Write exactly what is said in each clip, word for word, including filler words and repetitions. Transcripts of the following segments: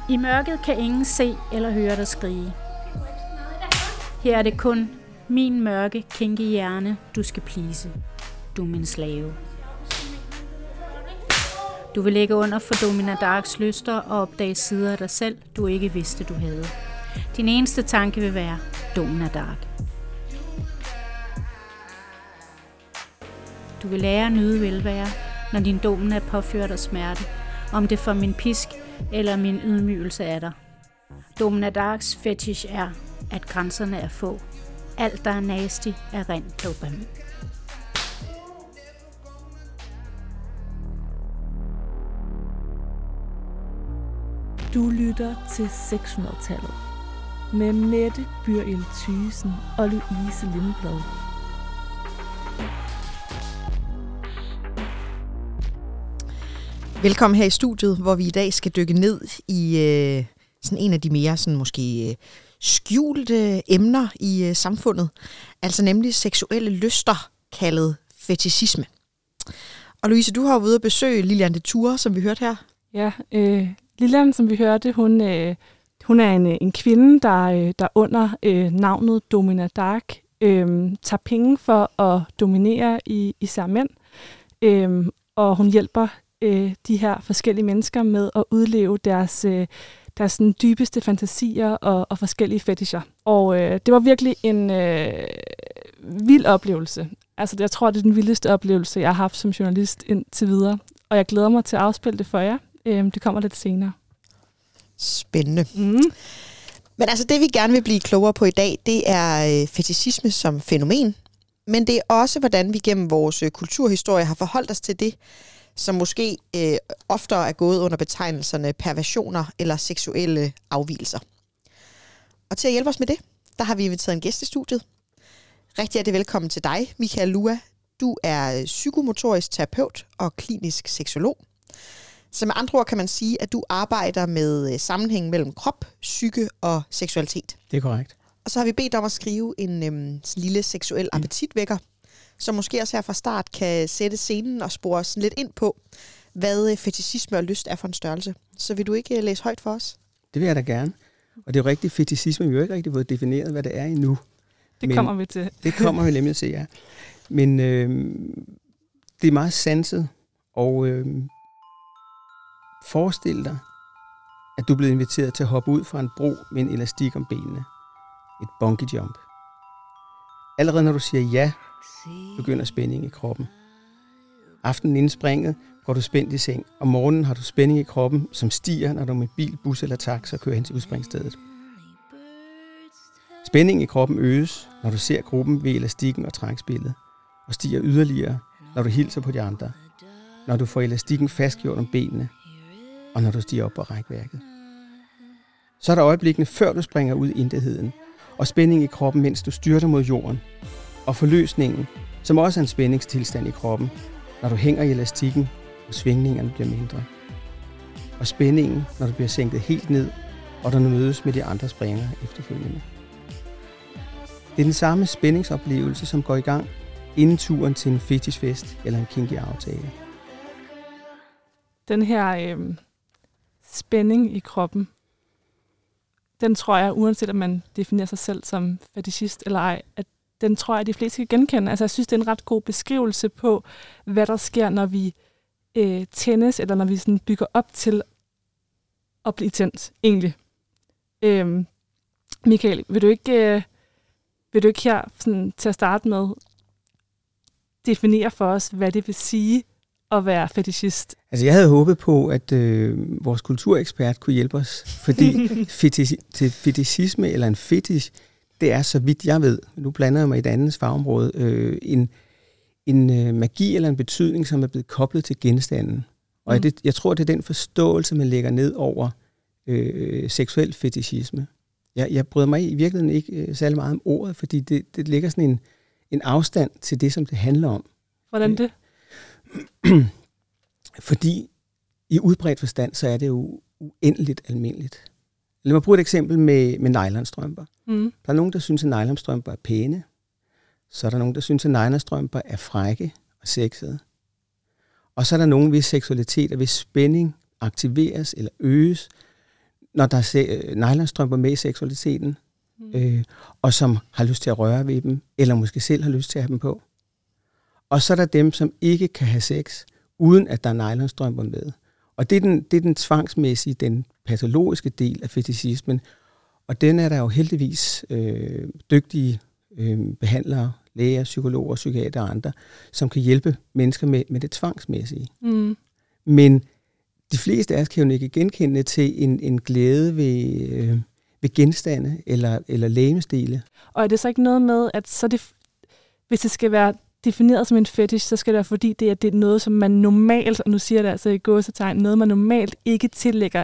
I mørket kan ingen se eller høre dig skrige. Her er det kun min mørke, kinky hjerne, du skal please. Du er min slave. Du vil ligge under for Domina Darks lyster og opdage sider af dig selv, du ikke vidste, du havde. Din eneste tanke vil være Domina Dark. Du vil lære at nyde velvære, når din Domina påfører dig smerte, om det for min pisk eller min ydmygelse af dig. Domina Darks fetish er, at grænserne er få. Alt, der er nasty, er ren dopamin. Du lytter til seks hundrede-tallet med Mette Byriel Thyssen og Louise Lindblad. Velkommen her i studiet, hvor vi i dag skal dykke ned i øh, sådan en af de mere sådan måske øh, skjulte emner i øh, samfundet, altså nemlig seksuelle lyster, kaldet fetishisme. Og Louise, du har jo været ude at besøge Lilian de Tour, som vi hørte her. Ja, øh, Lilian, som vi hørte, hun, øh, hun er en, en kvinde, der, øh, der under øh, navnet Domina Dark øh, tager penge for at dominere i, især mænd, øh, og hun hjælper øh, de her forskellige mennesker med at udleve deres, øh, deres sådan, dybeste fantasier og, og forskellige fetischer. Og øh, det var virkelig en øh, vild oplevelse. Altså, jeg tror, det er den vildeste oplevelse, jeg har haft som journalist indtil videre. Og jeg glæder mig til at afspille det for jer. Øh, det kommer lidt senere. Spændende. Mm. Men altså, det vi gerne vil blive klogere på i dag, det er øh, fetishisme som fænomen. Men det er også, hvordan vi gennem vores øh, kulturhistorie har forholdt os til det, som måske øh, oftere er gået under betegnelserne perversioner eller seksuelle afvigelser. Og til at hjælpe os med det, der har vi inviteret en gæst i studiet. Rigtig hjertelig velkommen til dig, Michael Lua. Du er psykomotorisk terapeut og klinisk seksolog. Så med andre ord kan man sige, at du arbejder med sammenhængen mellem krop, psyke og seksualitet. Det er korrekt. Og så har vi bedt om at skrive en øhm, lille seksuel appetitvækker, som måske også her fra start kan sætte scenen og spore os lidt ind på, hvad fetishisme og lyst er for en størrelse. Så vil du ikke læse højt for os? Det vil jeg da gerne. Og det er jo rigtigt, fetishisme, vi har jo ikke rigtig fået defineret, hvad det er endnu. Det kommer vi til. Det kommer vi nemlig til, ja. Men øh, det er meget sanset, og øh, forestil dig, at du er blevet inviteret til at hoppe ud fra en bro med en elastik om benene. Et bungee jump. Allerede når du siger ja, begynder spænding i kroppen. Aftenen inden springet går du spændt i seng. Om morgenen har du spænding i kroppen, som stiger, når du med bil, bus eller taxa kører hen til udspringstedet. Spændingen i kroppen øges, når du ser gruppen ved elastikken og trækspillet, og stiger yderligere, når du hilser på de andre, når du får elastikken fastgjort om benene, og når du stiger op på rækværket. Så er der øjeblikkene, før du springer ud i intetheden, og spænding i kroppen, mens du styrter mod jorden, og forløsningen, som også er en spændingstilstand i kroppen, når du hænger i elastikken, og svingningerne bliver mindre. Og spændingen, når du bliver sænket helt ned, og du mødes med de andre springere efterfølgende. Det er den samme spændingsoplevelse, som går i gang inden turen til en fetishfest eller en kinky aftale. Den her øh, spænding i kroppen, den tror jeg, uanset om man definerer sig selv som fetishist eller ej, at den tror jeg, at de fleste kan genkende. Altså, jeg synes, det er en ret god beskrivelse på, hvad der sker, når vi øh, tændes, eller når vi sådan bygger op til at blive tændt, egentlig. Øh, Michael, vil du ikke, øh, vil du ikke her sådan, til at starte med definere for os, hvad det vil sige at være fetishist? Altså, jeg havde håbet på, at øh, vores kulturekspert kunne hjælpe os, fordi fetish, til fetishisme eller en fetish, det er, så vidt jeg ved, nu blander jeg mig i et andet fagområde, øh, en, en øh, magi eller en betydning, som er blevet koblet til genstanden. Og mm. det, jeg tror, det er den forståelse, man lægger ned over øh, seksuel fetishisme. Jeg, jeg bryder mig i virkeligheden ikke øh, særlig meget om ordet, fordi det, det lægger sådan en, en afstand til det, som det handler om. Hvordan det? Fordi i udbredt forstand, så er det jo uendeligt almindeligt. Lad mig bruge et eksempel med, med nylonstrømper. Mm. Der er nogen, der synes, at nylonstrømper er pæne. Så er der nogen, der synes, at nylonstrømper er frække og sexede. Og så er der nogen, hvis seksualitet og hvis spænding aktiveres eller øges, når der er se- nylonstrømper med i seksualiteten, mm. øh, og som har lyst til at røre ved dem, eller måske selv har lyst til at have dem på. Og så er der dem, som ikke kan have sex, uden at der er nylonstrømper med. Og det er den, det er den tvangsmæssige, den patologiske del af fetishismen. Og den er der jo heldigvis øh, dygtige øh, behandlere, læger, psykologer, psykiater og andre, som kan hjælpe mennesker med, med det tvangsmæssige. Mm. Men de fleste af os kan jo ikke genkende til en, en glæde ved, øh, ved genstande eller, eller legemsdele. Og er det så ikke noget med, at så det, hvis det skal være defineret som en fetish, så skal det være, fordi det er, det er noget, som man normalt, og nu siger jeg det altså i gåsetegn, noget man normalt ikke tillægger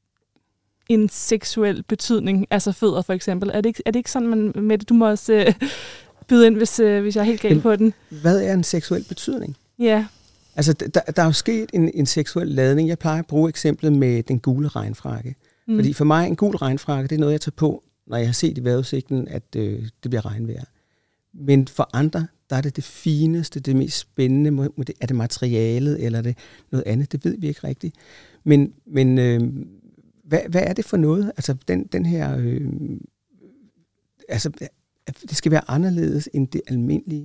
en seksuel betydning, altså fødder for eksempel. Er det ikke, er det ikke sådan, man med det, du må også øh, byde ind, hvis, øh, hvis jeg er helt galt på den? Hvad er en seksuel betydning? Ja. Altså, der, der er jo sket en, en seksuel ladning. Jeg plejer at bruge eksemplet med den gule regnfrakke. Mm. Fordi for mig, en gul regnfrakke, det er noget, jeg tager på, når jeg har set i vejrudsigten, at øh, det bliver regnvejr. Men for andre, der er det det fineste, det mest spændende. Er det materialet, eller er det noget andet? Det ved vi ikke rigtigt. Men, men øh, hvad, hvad er det for noget? Altså, den, den her... Øh, altså, det skal være anderledes end det almindelige.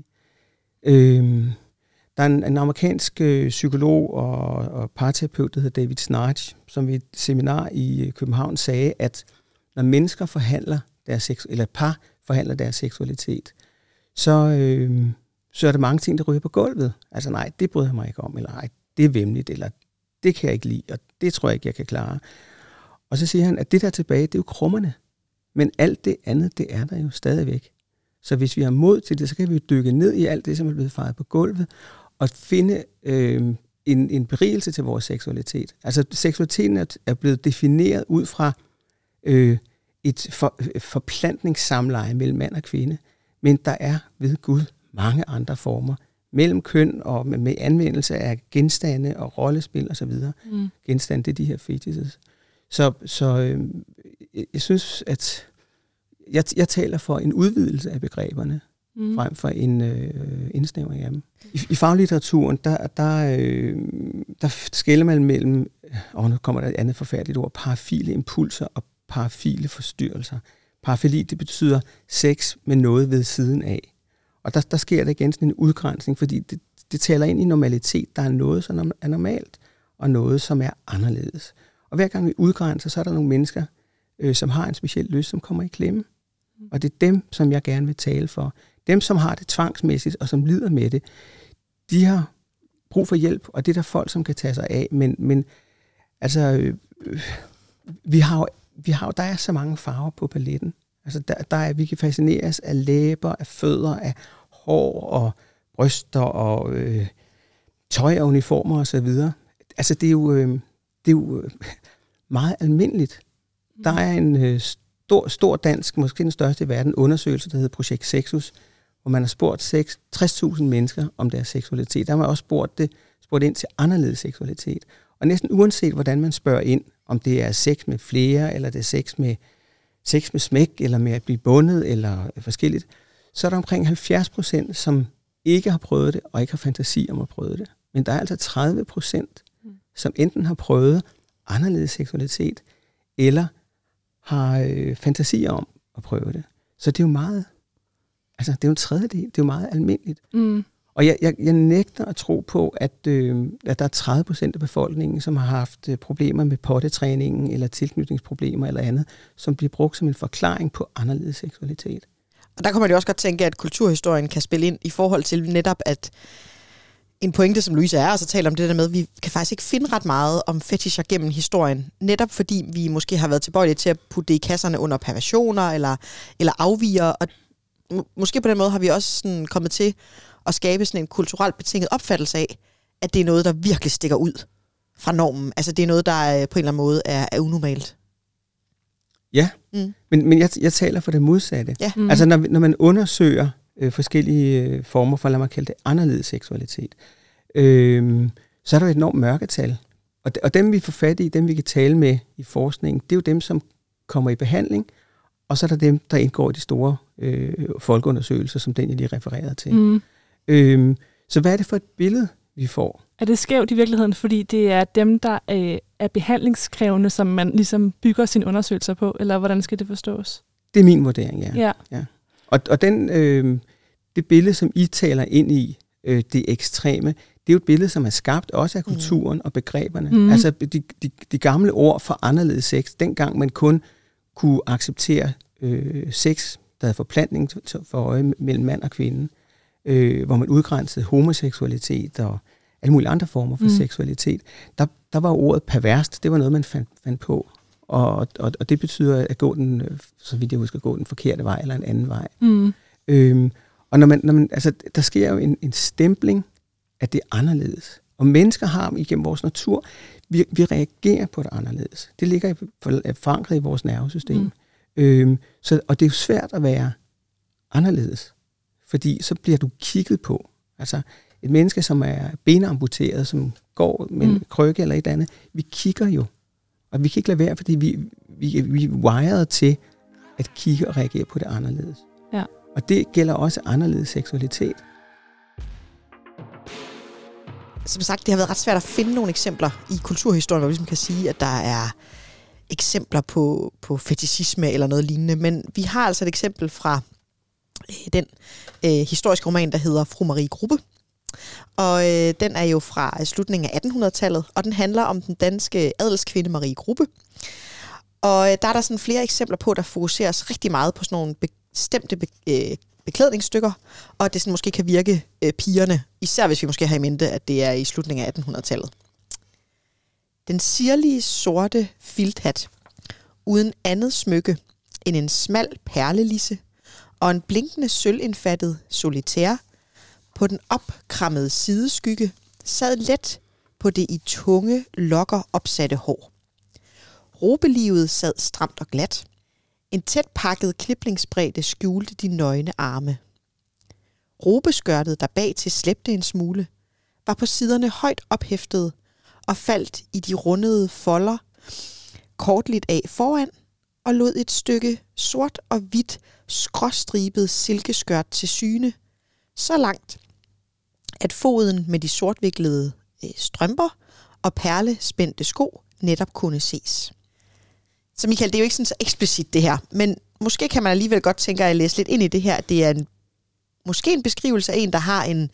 Øh, Der er en, en amerikansk øh, psykolog og, og parterapeut, der hedder David Snarch, som ved et seminar i København sagde, at når mennesker forhandler deres sex, eller par forhandler deres seksualitet, så, øh, så er der mange ting, der ryger på gulvet. Altså nej, det bryder jeg mig ikke om, eller nej, det er væmmeligt, eller det kan jeg ikke lide, og det tror jeg ikke, jeg kan klare. Og så siger han, at det der er tilbage, det er jo krummerne. Men alt det andet, det er der jo stadigvæk. Så hvis vi har mod til det, så kan vi dykke ned i alt det, som er blevet fejret på gulvet, og finde øh, en, en berigelse til vores seksualitet. Altså, seksualiteten er, er blevet defineret ud fra øh, et for, forplantningssamleje mellem mand og kvinde, men der er ved Gud mange andre former mellem køn og med, med anvendelse af genstande og rollespil osv. Mm. Genstande, det er de her fetishes. Så, så øh, jeg synes, at jeg, jeg taler for en udvidelse af begreberne, mm. frem for en øh, indsnævring af dem. I, i faglitteraturen, der, der, øh, der skelner man mellem, og nu kommer der et andet forfærdeligt ord, parafile impulser og parafile forstyrrelser. Parafili, det betyder sex med noget ved siden af. Og der, der sker der igen sådan en udgrænsning, fordi det, det taler ind i normalitet. Der er noget, som er normalt, og noget, som er anderledes. Og hver gang vi udgrænser, så er der nogle mennesker, øh, som har en speciel lyst, som kommer i klemme. Og det er dem, som jeg gerne vil tale for. Dem, som har det tvangsmæssigt, og som lider med det, de har brug for hjælp, og det er der folk, som kan tage sig af. Men, men altså, øh, vi har jo, vi har jo, der er så mange farver på paletten. Altså, der, der er, vi kan fascineres af læber, af fødder, af hår og bryster og øh, tøj og uniformer osv. Altså, det er jo, øh, det er jo øh, meget almindeligt. Der er en øh, stor, stor dansk, måske den største i verden, undersøgelse, der hedder Projekt Sexus, hvor man har spurgt tres tusind mennesker om deres seksualitet. Der har man også spurgt, det, spurgt ind til anderledes seksualitet. Og næsten uanset, hvordan man spørger ind, om det er sex med flere, eller det er sex med, sex med smæk, eller med at blive bundet, eller forskelligt, så er der omkring halvfjerds procent, som ikke har prøvet det, og ikke har fantasi om at prøve det. Men der er altså tredive procent, som enten har prøvet anderledes seksualitet, eller har øh, fantasier om at prøve det. Så det er jo meget, altså det er jo en tredjedel, det er jo meget almindeligt. Mm. Og jeg, jeg, jeg nægter at tro på, at, øh, at der er tredive procent af befolkningen, som har haft øh, problemer med pottetræningen, eller tilknytningsproblemer eller andet, som bliver brugt som en forklaring på anderledes seksualitet. Og der kan man jo også godt tænke, at kulturhistorien kan spille ind i forhold til netop, at en pointe, som Louise er, og så taler om det der med, at vi kan faktisk ikke finde ret meget om fetischer gennem historien, netop fordi vi måske har været tilbøjelige til at putte det i kasserne under perversioner eller, eller afviger, og må, måske på den måde har vi også sådan kommet til at skabe sådan en kulturelt betinget opfattelse af, at det er noget, der virkelig stikker ud fra normen. Altså det er noget, der på en eller anden måde er, er unormalt. Ja, mm. men, men jeg, jeg taler for det modsatte. Ja. Mm. Altså når, når man undersøger øh, forskellige øh, former for, lad mig kalde det, anderledes seksualitet, øh, så er der et enormt mørketal. Og, de, og dem vi får fat i, dem vi kan tale med i forskningen, det er jo dem, som kommer i behandling, og så er der dem, der indgår i de store øh, folkeundersøgelser, som den jeg lige refererede til. Mm. Øh, så hvad er det for et billede, vi får. Er det skævt i virkeligheden, fordi det er dem, der øh, er behandlingskrævende, som man ligesom bygger sine undersøgelser på, eller hvordan skal det forstås? Det er min vurdering, ja. ja. ja. Og, og den, øh, det billede, som I taler ind i, øh, det ekstreme, det er jo et billede, som er skabt også af kulturen mm. og begreberne. Mm. Altså de, de, de gamle ord for anderledes sex, dengang man kun kunne acceptere øh, sex, der havde forplantning for øje mellem mand og kvinde, øh, hvor man udgrænsede homoseksualitet og alle mulige andre former for mm. seksualitet, der, der var ordet perverst, det var noget, man fandt, fandt på. Og, og, og det betyder at gå den, så vidt jeg husker, gå den forkerte vej eller en anden vej. Mm. Øhm, og når man, når man, altså, der sker jo en, en stempling af det anderledes. Og mennesker har igennem vores natur, vi, vi reagerer på det anderledes. Det ligger i, forankret i vores nervesystem. Mm. Øhm, så, og det er jo svært at være anderledes, fordi så bliver du kigget på. Altså et menneske, som er benamputeret, som går med en mm. krykke eller et andet, vi kigger jo. Og vi kan ikke lade være, fordi vi, vi, vi er wired til at kigge og reagere på det anderledes. Ja. Og det gælder også anderledes seksualitet. Som sagt, det har været ret svært at finde nogle eksempler i kulturhistorien, hvor vi ligesom kan sige, at der er eksempler på, på fetishisme eller noget lignende. Men vi har altså et eksempel fra øh, den øh, historiske roman, der hedder Fru Marie Grubbe. Og øh, den er jo fra slutningen af attenhundredetallet, og den handler om den danske adelskvinde Marie Grubbe. Og øh, der er der sådan flere eksempler på, der fokuseres rigtig meget på sådan nogle bestemte be- øh, beklædningsstykker, og det sådan måske kan virke øh, pigerne, især hvis vi måske har i mente, at det er i slutningen af attenhundredetallet. Den sirlige sorte filthat, uden andet smykke end en smal perlelisse og en blinkende sølvindfattet solitær, på den opkrammede sideskygge sad let på det i tunge lokker opsatte hår. Robelivet sad stramt og glat. En tæt pakket kliplingsbredde skjulte de nøgne arme. Robeskørtet, der bag til slæbte en smule, var på siderne højt ophæftet og faldt i de rundede folder kortligt af foran og lod et stykke sort og hvidt skråstribet silkeskørt til syne, så langt, at foden med de sortviklede øh, strømper og perlespændte sko netop kunne ses. Så Michael, det er jo ikke sådan så eksplicit det her, men måske kan man alligevel godt tænke at læse lidt ind i det her. Det er en, måske en beskrivelse af en, der har en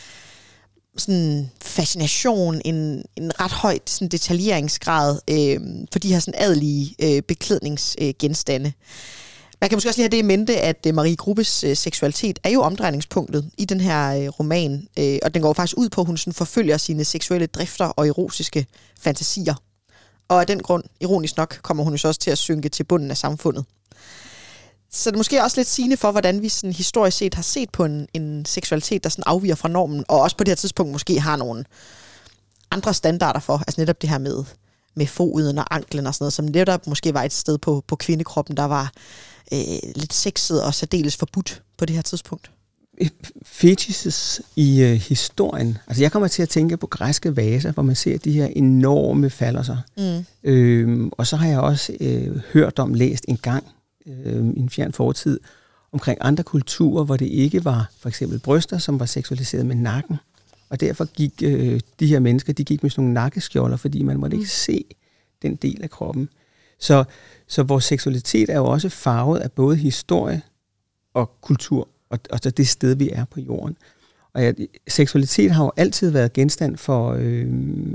sådan fascination, en, en ret højt sådan detaljeringsgrad øh, for de her sådan adelige øh, beklædningsgenstande. Øh, Man kan måske også lige have det i mente, at Marie Grubbes øh, seksualitet er jo omdrejningspunktet i den her øh, roman, øh, og den går faktisk ud på, at hun sådan forfølger sine seksuelle drifter og erotiske fantasier. Og af den grund, ironisk nok, kommer hun jo så også til at synke til bunden af samfundet. Så det er måske også lidt sigende for, hvordan vi sådan historisk set har set på en, en seksualitet, der sådan afviger fra normen, og også på det her tidspunkt måske har nogle andre standarder for, altså netop det her med, med foden og anklen og sådan noget, som netop måske var et sted på, på kvindekroppen, der var øh, lidt sexet og særdeles forbudt på det her tidspunkt. Fetishes i øh, historien. Altså jeg kommer til at tænke på græske vaser, hvor man ser de her enorme fallerser. Mm. Øhm, og så har jeg også øh, hørt om, læst en gang øh, i en fjern fortid, omkring andre kulturer, hvor det ikke var for eksempel bryster, som var seksualiseret med nakken. Og derfor gik øh, de her mennesker, de gik med sådan nogle nakkeskjolder, fordi man måtte mm. ikke se den del af kroppen. Så, så vores seksualitet er jo også farvet af både historie og kultur, og, og så det sted, vi er på jorden. Og ja, seksualitet har jo altid været genstand for øh,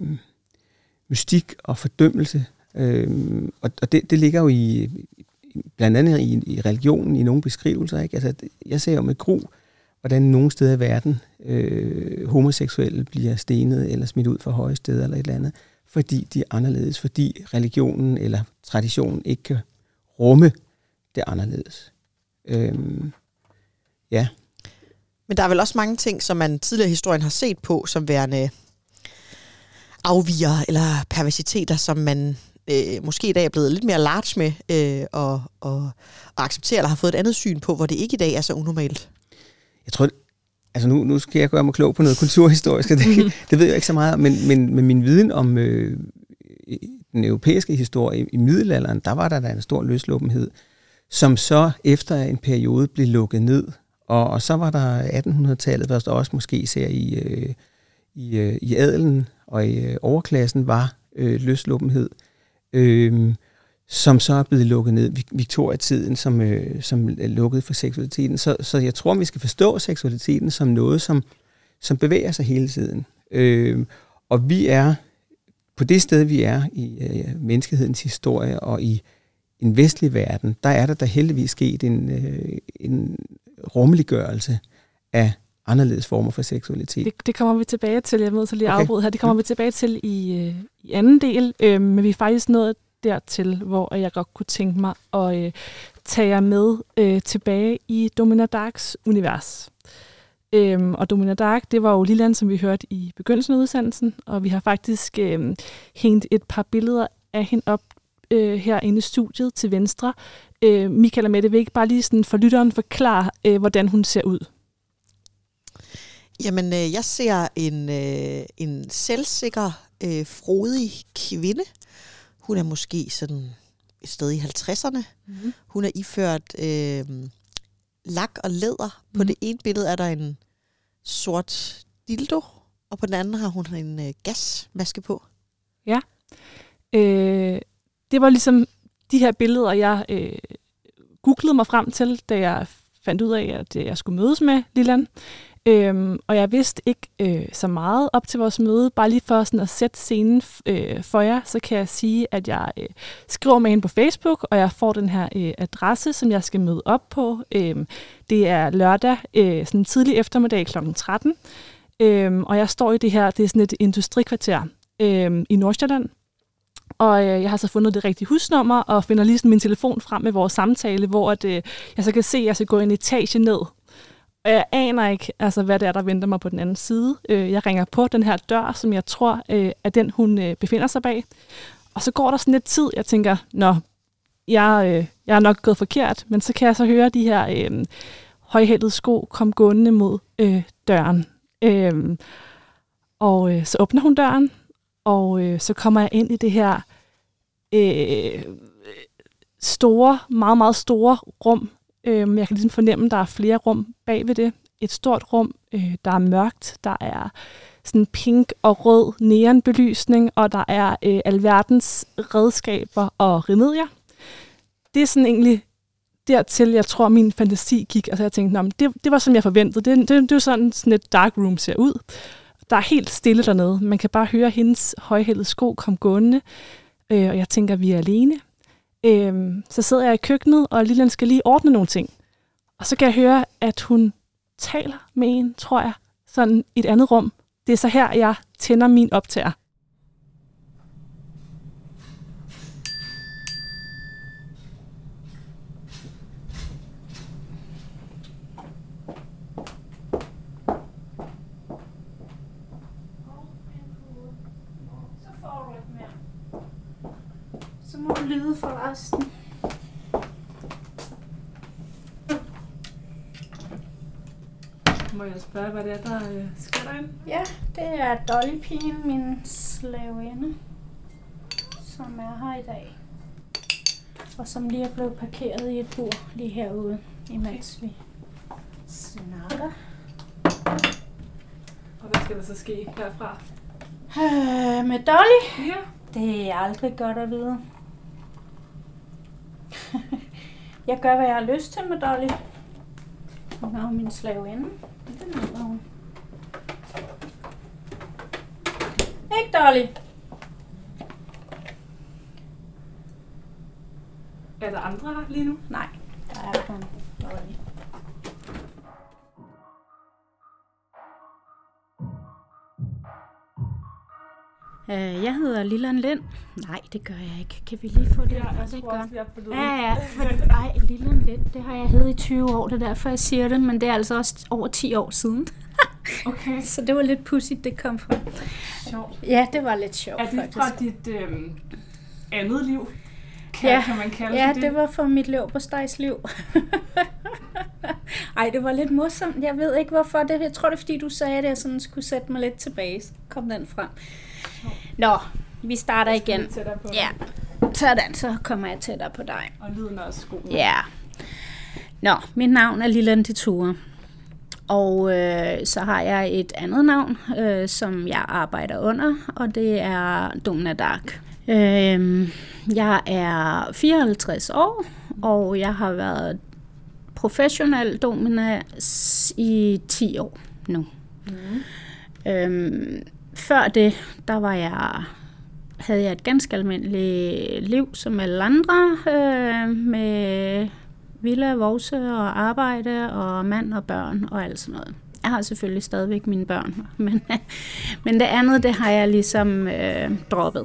mystik og fordømmelse, øh, og, og det, det ligger jo i, blandt andet i, i religionen, i nogle beskrivelser. Ikke? Altså, jeg ser jo med gru, hvordan nogle steder i verden øh, homoseksuelle bliver stenet eller smidt ud fra høje steder eller et eller andet, fordi de er anderledes, fordi religionen eller traditionen ikke kan rumme det anderledes. Øhm, ja. Men der er vel også mange ting, som man tidligere i historien har set på, som værende afviger eller perversiteter, som man øh, måske i dag er blevet lidt mere large med øh, og, og, og accepterer, eller har fået et andet syn på, hvor det ikke i dag er så unormalt. Jeg tror, altså nu, nu skal jeg gøre mig klog på noget kulturhistorisk, det, det ved jeg ikke så meget om, men, men med min viden om øh, den europæiske historie i, i middelalderen, der var der, der en stor løsluppenhed, som så efter en periode blev lukket ned. Og, og så var der attenhundredetallet, hvor der også måske især i, øh, i, øh, i adelen og i øh, overklassen var øh, løsluppenhed, øh, som så er blevet lukket ned. Victoria-tiden, som, øh, som er lukket for seksualiteten. Så, så jeg tror, vi skal forstå seksualiteten som noget, som, som bevæger sig hele tiden. Øh, og vi er på det sted, vi er i øh, menneskehedens historie og i en vestlig verden, der er der da heldigvis sket en, øh, en rummeliggørelse af anderledes former for seksualitet. Det, det kommer vi tilbage til. Jeg er nødt til lige at okay. afbryde her. Det kommer vi tilbage til i, øh, i anden del, øh, men vi er faktisk nået dertil, hvor jeg godt kunne tænke mig at øh, tage jer med øh, tilbage i Domina Darks univers. Øhm, og Domina Dark, det var jo Lillian, som vi hørte i begyndelsen af udsendelsen, og vi har faktisk øh, hængt et par billeder af hende op øh, herinde i studiet til venstre. Øh, Michael og Mette, vil ikke bare lige sådan for lytteren forklare, øh, hvordan hun ser ud? Jamen, øh, jeg ser en, øh, en selvsikker, øh, frodig kvinde. Hun er måske sådan et sted i halvtredserne. Mm-hmm. Hun er iført øh, lak og læder. På mm. det ene billede er der en sort dildo, og på den anden har hun en øh, gasmaske på. Ja. Øh, det var ligesom de her billeder, jeg øh, googlede mig frem til, da jeg fandt ud af, at jeg skulle mødes med Lillian. Øhm, og jeg vidste ikke øh, så meget op til vores møde. Bare lige for sådan at sætte scenen øh, for jer, så kan jeg sige, at jeg øh, skriver med hende på Facebook, og jeg får den her øh, adresse, som jeg skal møde op på. Øhm, det er lørdag, øh, sådan tidlig eftermiddag klokken tretten. Øhm, og jeg står i det her, det er sådan et industrikvarter øh, i Nordsjælland. Og øh, jeg har så fundet det rigtige husnummer, og finder lige sådan min telefon frem med vores samtale, hvor at, øh, jeg så kan se, at jeg skal gå en etage ned. Og jeg aner ikke, altså, hvad det er, der venter mig på den anden side. Jeg ringer på den her dør, som jeg tror er den, hun befinder sig bag. Og så går der sådan lidt tid, jeg tænker, nå, jeg, jeg er nok gået forkert. Men så kan jeg så høre de her øh, højhælede sko komme gående mod øh, døren. Øh, og øh, så åbner hun døren, og øh, så kommer jeg ind i det her øh, store, meget, meget store rum. Øh, jeg kan ligesom fornemme, at der er flere rum bag ved det. Et stort rum, øh, der er mørkt, der er sådan pink og rød neonbelysning, og der er øh, alverdens redskaber og remedier. Det er sådan egentlig dertil, jeg tror, min fantasi gik. Altså jeg tænkte, det, det var som jeg forventede. Det, det, det er sådan, sådan et dark room ser ud. Der er helt stille dernede. Man kan bare høre hendes højhælede sko komme gående, øh, og jeg tænker, vi er alene. Øh, så sidder jeg i køkkenet, og Lillian skal lige ordne nogle ting. Og så kan jeg høre, at hun taler med en, tror jeg, sådan i et andet rum. Det er så her, jeg tænder min optager. Så må du lyde for resten. Må jeg spørge, hvad det er, der øh, sker derinde? Ja, det er Dolly-pigen, min slavinde, som er her i dag. Og som lige er blevet parkeret i et bur lige herude, imens vi snakker. Og hvad skal der så ske herfra? Øh, med Dolly? Ja. Det er aldrig godt at vide. Jeg gør, hvad jeg har lyst til med Dolly. Hun er jo min slavinde. Det hedder hun. Ikke, Dolly? Er der andre her lige nu? Nej, der er kun Dolly. Jeg hedder Lillian Lind. Nej, det gør jeg ikke. Kan vi lige få det? Ja, jeg det tror gør. også, vi er på det. Ja, ja. For, ej, Lillian Lind, det har jeg heddet i tyve år. Det er derfor, jeg siger det. Men det er altså også over ti år siden. Okay. Så det var lidt pudsigt, det kom fra. Sjovt. Ja, det var lidt sjovt, er det faktisk. fra dit øh, andet liv? Kan, Ja, kan man kalde ja det det var fra mit leverpostejsliv. Ej, det var lidt morsomt. Jeg ved ikke, hvorfor. Det, jeg tror, det er, fordi du sagde, at jeg sådan skulle sætte mig lidt tilbage. Så kom den frem. Nå, vi starter igen. Ja, sådan, så kommer jeg tættere på dig. Og lyden er også god. Ja. Nå, mit navn er Lillian de Ture. Og øh, så har jeg et andet navn, øh, som jeg arbejder under, og det er Domina Dark. Øh, jeg er fireoghalvtreds år, og jeg har været professionel domina i ti år nu. Mm. Øhm, før det, der var jeg, havde jeg et ganske almindeligt liv som alle andre, øh, med villa, vovse og arbejde og mand og børn og alt sådan noget. Jeg har selvfølgelig stadigvæk mine børn, men, men det andet, det har jeg ligesom øh, droppet.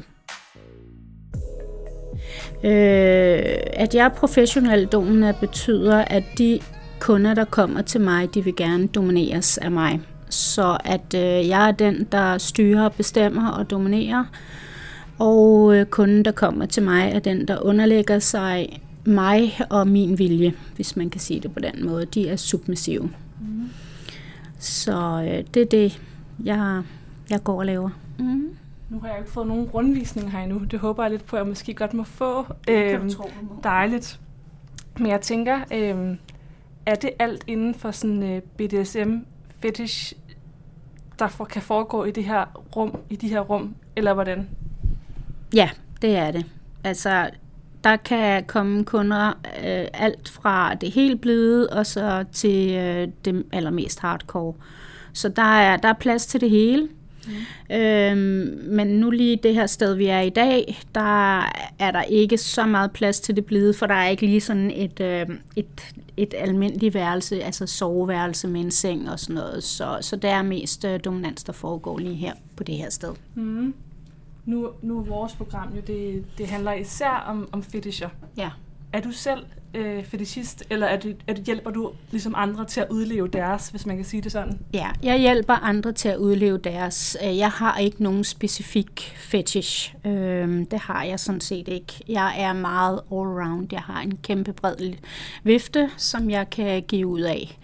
Øh, at jeg er professionel domina betyder, at de kunder, der kommer til mig, de vil gerne domineres af mig. Så at øh, jeg er den, der styrer, bestemmer og dominerer, og øh, kunden, der kommer til mig, er den, der underlægger sig mig og min vilje, hvis man kan sige det på den måde. De er submissive. Mm. Så øh, det er det, jeg, jeg går og laver. Mm. Nu har jeg ikke fået nogen rundvisning her endnu. Det håber jeg lidt på, at jeg måske godt må få. Øhm, dejligt. Men jeg tænker, øhm, er det alt inden for sådan øh, B D S M-fetish, der for, kan foregå i det her rum, i de her rum, eller hvordan? Ja, det er det. Altså, der kan komme kunder øh, alt fra det helt blide, og så til øh, det allermest hardcore. Så der er, der er plads til det hele. Mm. Øhm, men nu lige det her sted, vi er i dag, der er der ikke så meget plads til det blide, for der er ikke lige sådan et, øh, et, et almindeligt værelse, altså soveværelse med en seng og sådan noget. Så, så der er mest øh, dominans, der foregår lige her på det her sted. Mm. Nu, nu er vores program jo, det, det handler især om, om fetisher. Ja. Er du selv øh, fetishist, eller er du, er du, hjælper du ligesom andre til at udleve deres, hvis man kan sige det sådan? Ja, jeg hjælper andre til at udleve deres. Jeg har ikke nogen specifik fetish. Det har jeg sådan set ikke. Jeg er meget all-round. Jeg har en kæmpe bred vifte, som jeg kan give ud af.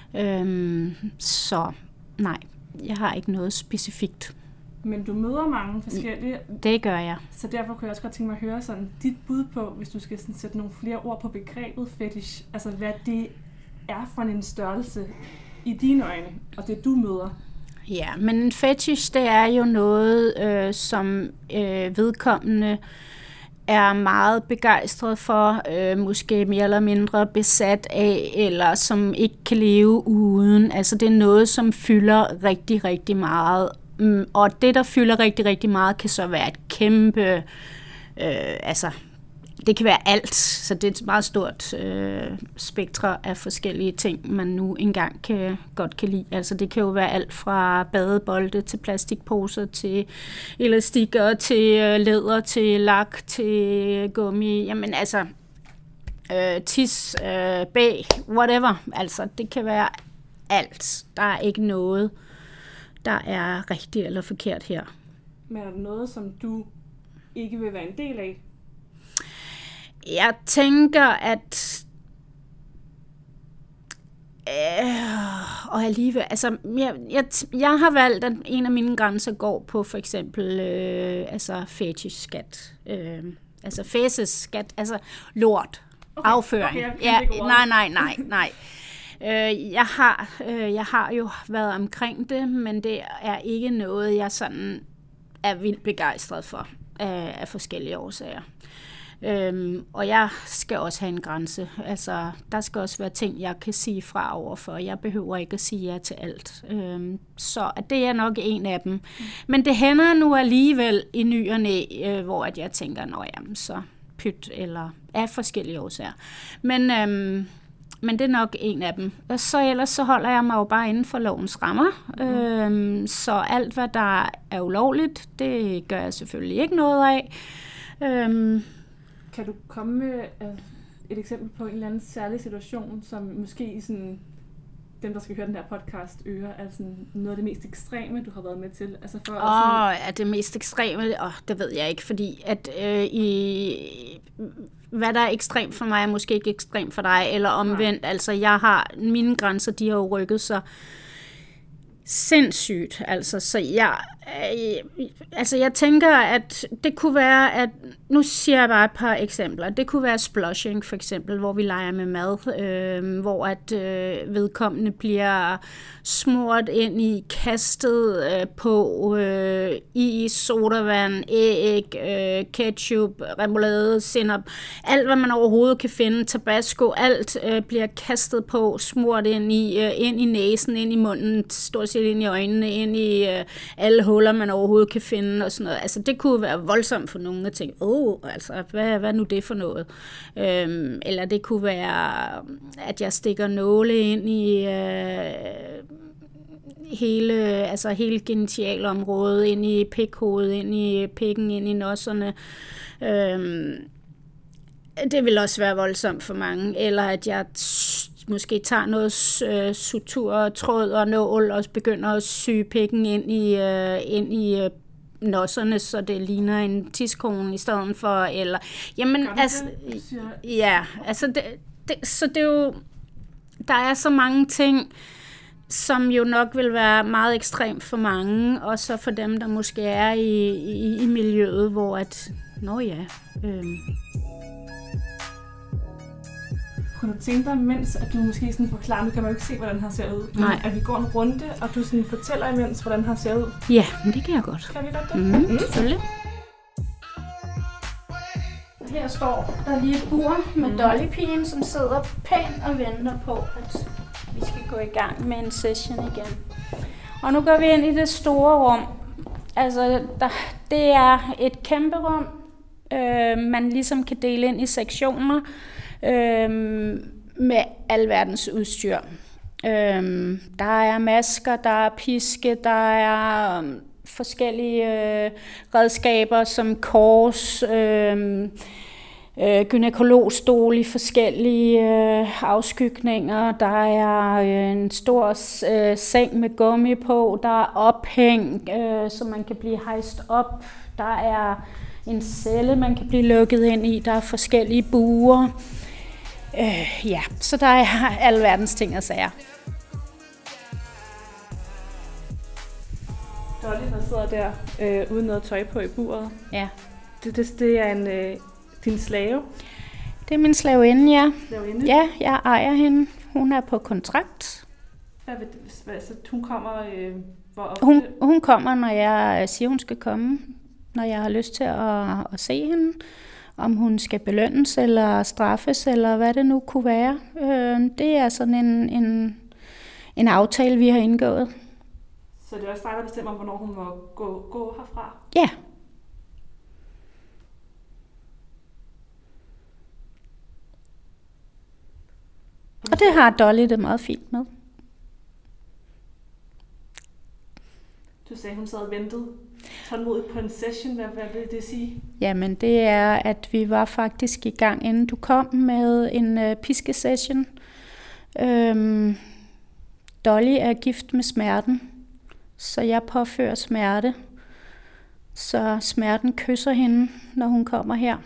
Så nej, jeg har ikke noget specifikt. Men du møder mange forskellige. Det gør jeg. Så derfor kunne jeg også godt tænke mig at høre sådan dit bud på, hvis du skal sådan sætte nogle flere ord på begrebet fetish, altså hvad det er for en størrelse i dine øjne, og det du møder. Ja, men en fetish, det er jo noget, øh, som øh, vedkommende er meget begejstret for, øh, måske mere eller mindre besat af, eller som ikke kan leve uden. Altså det er noget, som fylder rigtig, rigtig meget. Og det, der fylder rigtig, rigtig meget, kan så være et kæmpe, øh, altså, det kan være alt, så det er et meget stort øh, spektre af forskellige ting, man nu engang kan, godt kan lide. Altså, det kan jo være alt fra badebolde til plastikposer, til elastikker, til øh, læder, til lak, til gummi, jamen altså, øh, tis, øh, bag, whatever, altså, det kan være alt. Der er ikke noget, der er rigtigt eller forkert her. Men er der noget, som du ikke vil være en del af? Jeg tænker, at øh, og alligevel, altså, jeg, jeg, jeg har valgt, at en af mine grænser går på for eksempel øh, altså fetish-skat. Øh, altså fæses-skat, altså lort, okay. Afføring. Okay, ja, nej, nej, nej, nej. Jeg har, jeg har jo været omkring det, men det er ikke noget, jeg sådan er vildt begejstret for af, af forskellige årsager. Øhm, og jeg skal også have en grænse. Altså, der skal også være ting, jeg kan sige fra overfor. Jeg behøver ikke at sige ja til alt. Øhm, så det er nok en af dem. Mm. Men det hænder nu alligevel i ny og næ, øh, hvor at jeg tænker, nå jamen, så pyt, eller af forskellige årsager. Men... Øhm, Men det er nok en af dem. Og så ellers så holder jeg mig jo bare inden for lovens rammer. Mm. Øhm, så alt, hvad der er ulovligt, det gør jeg selvfølgelig ikke noget af. Øhm. Kan du komme med et eksempel på en eller anden særlig situation, som måske i sådan, dem, der skal høre den her podcast, ører, er sådan noget af det mest ekstreme, du har været med til? Altså for Åh, oh, sådan... er det mest ekstreme? Åh, oh, det ved jeg ikke, fordi at øh, i... hvad der er ekstremt for mig, er måske ikke ekstremt for dig, eller omvendt. Nej. Altså, jeg har, mine grænser, de har jo rykket sig sindssygt. Altså, så jeg Øh, altså jeg tænker, at det kunne være, at nu siger jeg bare et par eksempler. Det kunne være splushing for eksempel, hvor vi leger med mad, øh, hvor at øh, vedkommende bliver smurt ind i, kastet øh, på øh, is, sodavand, æg, øh, ketchup, remoulade, sennep, alt hvad man overhovedet kan finde, tabasco, alt øh, bliver kastet på, smurt ind i, øh, ind i næsen, ind i munden, stort set ind i øjnene, ind i øh, alle huller, man overhovedet kan finde og sådan noget. Altså det kunne være voldsomt for nogen at tænke, åh, oh, altså hvad, hvad er nu det for noget? Øhm, eller det kunne være, at jeg stikker nåle ind i øh, hele, altså hele genitalområdet, ind i pikhovedet, ind i pikken, ind i nosserne. Øhm, det vil også være voldsomt for mange. Eller at jeg måske tager noget øh, sutur, tråd og nål og begynder at sy pikken ind i, øh, ind i øh, nosserne, så det ligner en tidskone i stedet for, eller, jamen, altså, ja, altså, det, det, så det er jo, der er så mange ting, som jo nok vil være meget ekstremt for mange, og så for dem, der måske er i, i, i miljøet, hvor at, nå ja, øh, Kunne du tænke dig, mens at du måske sådan forklarer, nu kan man jo ikke se, hvordan han ser ud, men Nej. at vi går en runde, og du sådan fortæller imens, hvordan han ser ud? Ja, men det kan jeg godt. Kan vi godt det? Mm, mm. Selvfølgelig. Her står der lige et bur med mm. Dolly-pigen, som sidder pænt og venter på, at vi skal gå i gang med en session igen. Og nu går vi ind i det store rum. Altså, der, det er et kæmpe rum, øh, man ligesom kan dele ind i sektioner, Øhm, med alverdens udstyr. Øhm, der er masker, der er piske, der er um, forskellige øh, redskaber som kors, øh, øh, gynekologstol i forskellige øh, afskygninger. Der er øh, en stor øh, seng med gummi på, der er ophæng, øh, så man kan blive hejst op. Der er en celle, man kan blive lukket ind i. Der er forskellige buer. Øh, ja, så der er alverdens ting og sager. Dolly, der sidder der øh, uden noget tøj på i buret. Ja. Det, det, det er en, øh, din slave? Det er min slaveinde, ja. Slaveinde? Ja, jeg ejer hende. Hun er på kontrakt. Hvad vil det, hvad, så hun kommer øh, hvor ofte? Hun, hun kommer, når jeg siger, hun skal komme. Når jeg har lyst til at, at se hende. Om hun skal belønnes eller straffes, eller hvad det nu kunne være. Øh, det er sådan en, en, en aftale, vi har indgået. Så det er også dig, der bestemmer, hvornår hun må gå, gå herfra? Ja. Og det har Dolly det meget fint med. Du sagde, hun sad og ventede tålmodigt på en session. Hvad, hvad vil det sige? Jamen, det er, at vi var faktisk i gang, inden du kom, med en øh, piskesession. Øhm, Dolly er gift med smerten, så jeg påfører smerte. Så smerten kysser hende, når hun kommer her.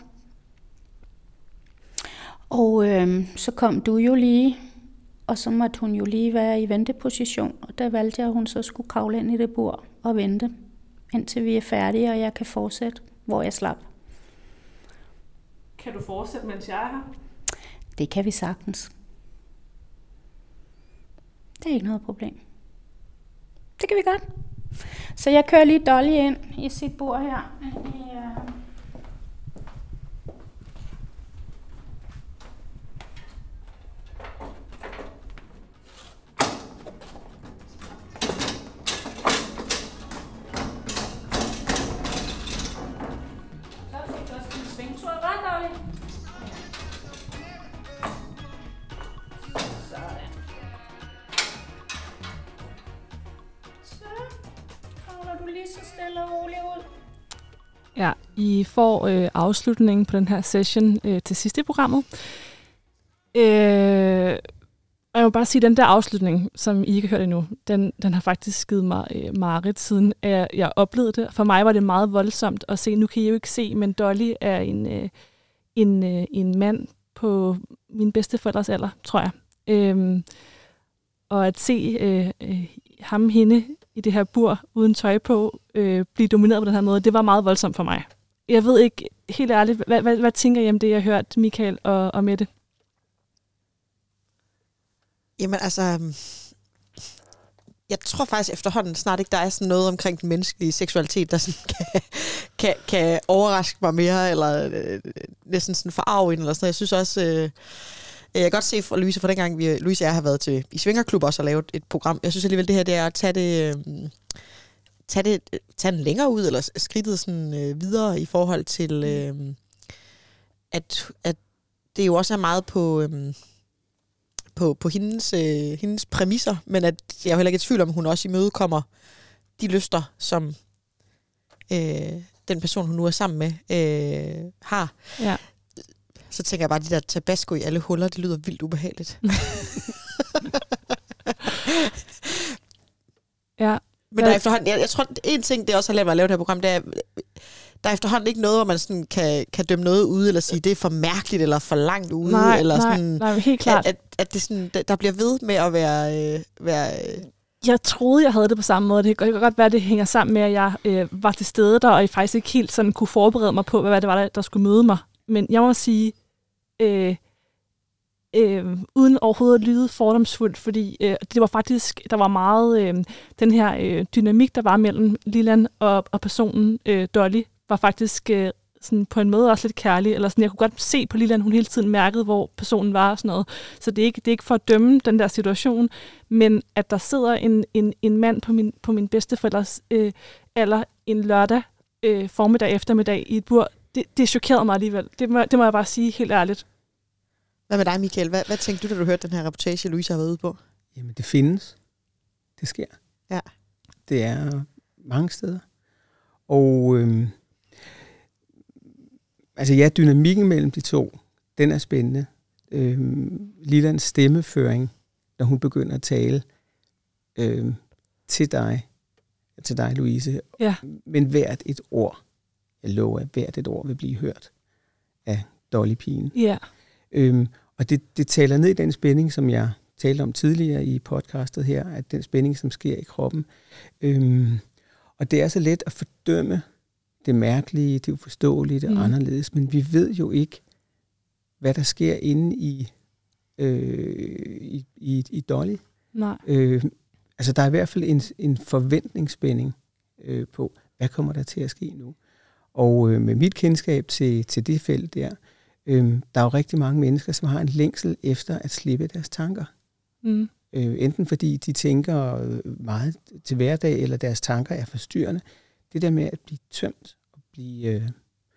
Og øhm, så kom du jo lige, og så måtte hun jo lige være i venteposition. Og der valgte jeg, at hun så skulle kravle ind i det bur og vente, indtil vi er færdige, og jeg kan fortsætte, hvor jeg slap. Kan du fortsætte, mens jeg er her? Det kan vi sagtens. Det er ikke noget problem. Det kan vi godt. Så jeg kører lige Dolly ind i sit bur her. I, uh... Ja, I får øh, afslutningen på den her session øh, til sidst i programmet. Øh, jeg må bare sige, at den der afslutning, som I ikke har hørt endnu, den, den har faktisk givet mig øh, mareridt, siden jeg, jeg oplevede det. For mig var det meget voldsomt at se. Nu kan I jo ikke se, men Dolly er en, øh, en, øh, en mand på min bedsteforældres alder, tror jeg. Øh, og at se øh, øh, ham hende i det her bur, uden tøj på, øh, blive domineret på den her måde, det var meget voldsomt for mig. Jeg ved ikke, helt ærligt, hvad, hvad, hvad tænker I om det, jeg har hørt, Michael og, og Mette? Jamen altså, jeg tror faktisk efterhånden snart ikke, der er sådan noget omkring den menneskelige seksualitet, der sådan kan, kan, kan overraske mig mere, eller øh, næsten sådan forarve en, eller sådan noget. Jeg synes også, øh, jeg kan godt se fra Louise, fra dengang vi, Louise og jeg har været til, i Svingerklub også og lavet et program. Jeg synes alligevel, det her, det er at tage det, øh, tage det, tage den længere ud, eller skridtet sådan øh, videre i forhold til, øh, at, at det jo også er meget på... Øh, på, på hendes, øh, hendes præmisser, men at jeg er heller ikke i tvivl om, at hun også imødekommer de lyster, som øh, den person, hun nu er sammen med, øh, har. Ja. Så tænker jeg bare, at de der tabasco i alle huller, det lyder vildt ubehageligt. Ja. Men der er efterhånden, jeg, jeg tror, en ting, det også har lært mig at lave det her program, det er, der er efterhånden ikke noget, hvor man sådan kan, kan dømme noget ude, eller sige, det er for mærkeligt, eller for langt ude. Nej, eller nej, sådan, nej, helt klart. At, at, at det sådan, der bliver ved med at være... Øh, være øh. Jeg troede, jeg havde det på samme måde. Det kan godt være, at det hænger sammen med, at jeg øh, var til stede der, og jeg faktisk ikke helt sådan kunne forberede mig på, hvad det var, der, der skulle møde mig. Men jeg må sige, øh, øh, uden overhovedet at lyde fordomsfuldt, fordi øh, det var faktisk, der var meget øh, den her øh, dynamik, der var mellem Lillian og, og personen øh, Dolly, var faktisk øh, sådan på en måde også lidt kærlig, eller sådan, jeg kunne godt se på Lillian, hun hele tiden mærkede, hvor personen var og sådan noget. Så det er ikke, det er ikke for at dømme den der situation, men at der sidder en, en, en mand på min, på min bedsteforældres øh, alder en lørdag øh, formiddag eftermiddag i et bur, det, det chokerede mig alligevel. Det må, det må jeg bare sige helt ærligt. Hvad med dig, Michael? Hvad, hvad tænkte du, da du hørte den her reportage, Louise har været ude på? Jamen, det findes. Det sker. Ja. Det er mange steder. Og øhm, altså ja, dynamikken mellem de to, den er spændende. Øhm, Lillians stemmeføring, når hun begynder at tale øhm, til dig, til dig, Louise. Ja. Men hvert et ord, jeg lover, at hvert et ord vil blive hørt af Dolly-pigen. Ja. Øhm, og det, det taler ned i den spænding, som jeg talte om tidligere i podcastet her, at den spænding, som sker i kroppen. Øhm, og det er så let at fordømme det mærkelige, det uforståelige, det mm. anderledes, men vi ved jo ikke, hvad der sker inde i, øh, i, i, i Dolly. Nej. Øh, altså, der er i hvert fald en, en forventningsspænding øh, på, hvad kommer der til at ske nu? Og øh, med mit kendskab til, til det felt der, øh, der er jo rigtig mange mennesker, som har en længsel efter at slippe deres tanker. Mm. Øh, enten fordi de tænker meget til hverdag, eller deres tanker er forstyrrende. Det der med at blive tømt og blive øh,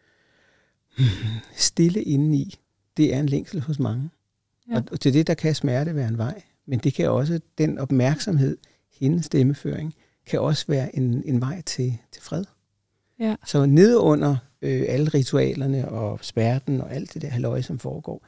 stille indeni, det er en længsel hos mange. Ja. Og, og til det, der kan smerte være en vej. Men det kan også, den opmærksomhed, hendes stemmeføring, kan også være en, en vej til, til fred. Ja. Så nede under øh, alle ritualerne og smerten og alt det der halløj, som foregår,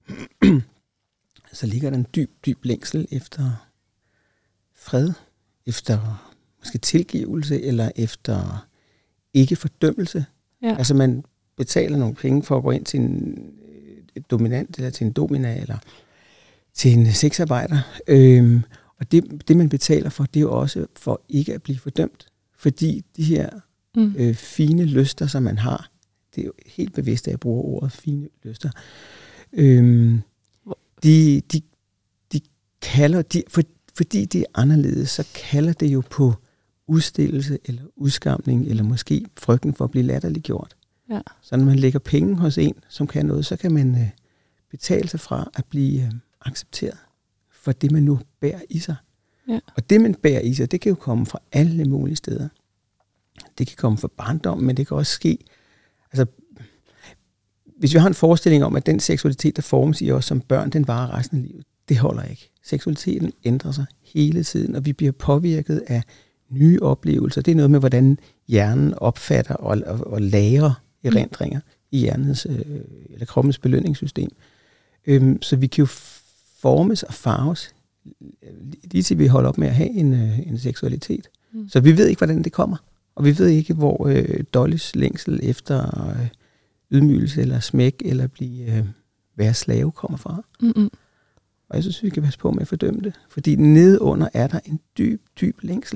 så ligger der en dyb, dyb længsel efter fred, efter måske tilgivelse, eller efter ikke fordømmelse. Ja. Altså man betaler nogle penge for at gå ind til en et dominant, eller til en domina, eller til en sexarbejder. Øhm, og det, det, man betaler for, det er jo også for ikke at blive fordømt. Fordi de her mm. øh, fine lyster, som man har, det er jo helt bevidst, at jeg bruger ordet fine lyster, øhm, de, de, de kalder, de, for, fordi det er anderledes, så kalder det jo på udstillelse, eller udskamning, eller måske frygten for at blive latterliggjort. Ja. Så når man lægger penge hos en, som kan noget, så kan man øh, betale sig fra at blive øh, accepteret for det, man nu bærer i sig. Ja. Og det, man bærer i sig, det kan jo komme fra alle mulige steder. Det kan komme fra barndom, men det kan også ske... Altså, hvis vi har en forestilling om, at den seksualitet, der formes i os som børn, den varer resten af livet, det holder ikke. Seksualiteten ændrer sig hele tiden, og vi bliver påvirket af nye oplevelser. Det er noget med, hvordan hjernen opfatter og, og, og lagrer erindringer mm. i hjernens øh, eller kroppens belønningssystem. Øhm, så vi kan jo formes og farves, lige til vi holder op med at have en, øh, en seksualitet. Mm. Så vi ved ikke, hvordan det kommer. Og vi ved ikke, hvor øh, Dollys længsel efter øh, ydmygelse eller smæk eller blive øh, være slave kommer fra. Mm-mm. Og jeg synes, vi kan passe på med at fordømme det. Fordi nedenunder er der en dyb, dyb længsel,